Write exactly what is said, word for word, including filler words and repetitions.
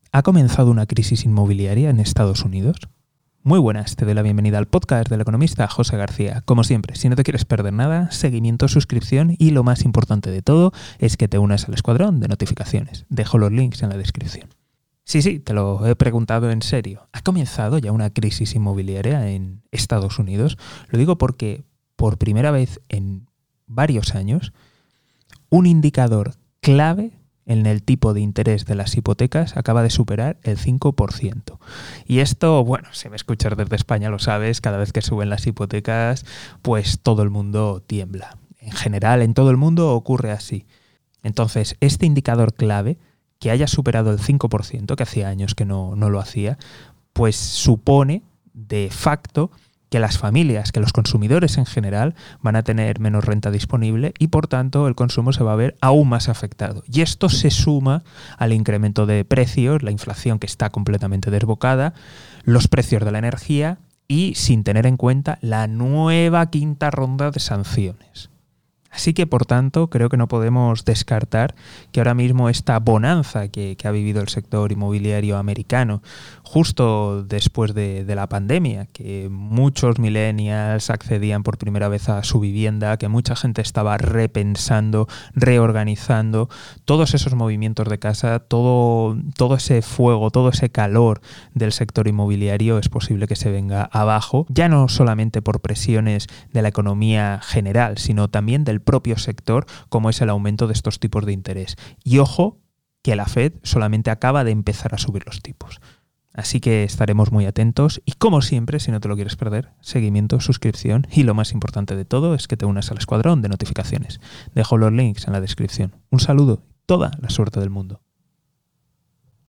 ¿Ha comenzado una crisis inmobiliaria en Estados Unidos? Muy buenas, te doy la bienvenida al podcast del economista José García. Como siempre, si no te quieres perder nada, seguimiento, suscripción y lo más importante de todo es que te unas al escuadrón de notificaciones. Dejo los links en la descripción. Sí, sí, te lo he preguntado en serio. ¿Ha comenzado ya una crisis inmobiliaria en Estados Unidos? Lo digo porque por primera vez en varios años, un indicador clave en el tipo de interés de las hipotecas acaba de superar el cinco por ciento. Y esto, bueno, si me escuchas desde España lo sabes, cada vez que suben las hipotecas, pues todo el mundo tiembla. En general, en todo el mundo ocurre así. Entonces, este indicador clave, que haya superado el cinco por ciento, que hacía años que no, no lo hacía, pues supone de facto que las familias, que los consumidores en general van a tener menos renta disponible y por tanto el consumo se va a ver aún más afectado. Y esto se suma al incremento de precios, la inflación que está completamente desbocada, los precios de la energía y sin tener en cuenta la nueva quinta ronda de sanciones. Así que, por tanto, creo que no podemos descartar que ahora mismo esta bonanza que, que ha vivido el sector inmobiliario americano justo después de, de la pandemia, que muchos millennials accedían por primera vez a su vivienda, que mucha gente estaba repensando, reorganizando, todos esos movimientos de casa, todo, todo ese fuego, todo ese calor del sector inmobiliario es posible que se venga abajo, ya no solamente por presiones de la economía general, sino también del propio sector, como es el aumento de estos tipos de interés. Y ojo, que la Fed solamente acaba de empezar a subir los tipos. Así que estaremos muy atentos y, como siempre, si no te lo quieres perder, seguimiento, suscripción y lo más importante de todo es que te unas al escuadrón de notificaciones. Dejo los links en la descripción. Un saludo y toda la suerte del mundo.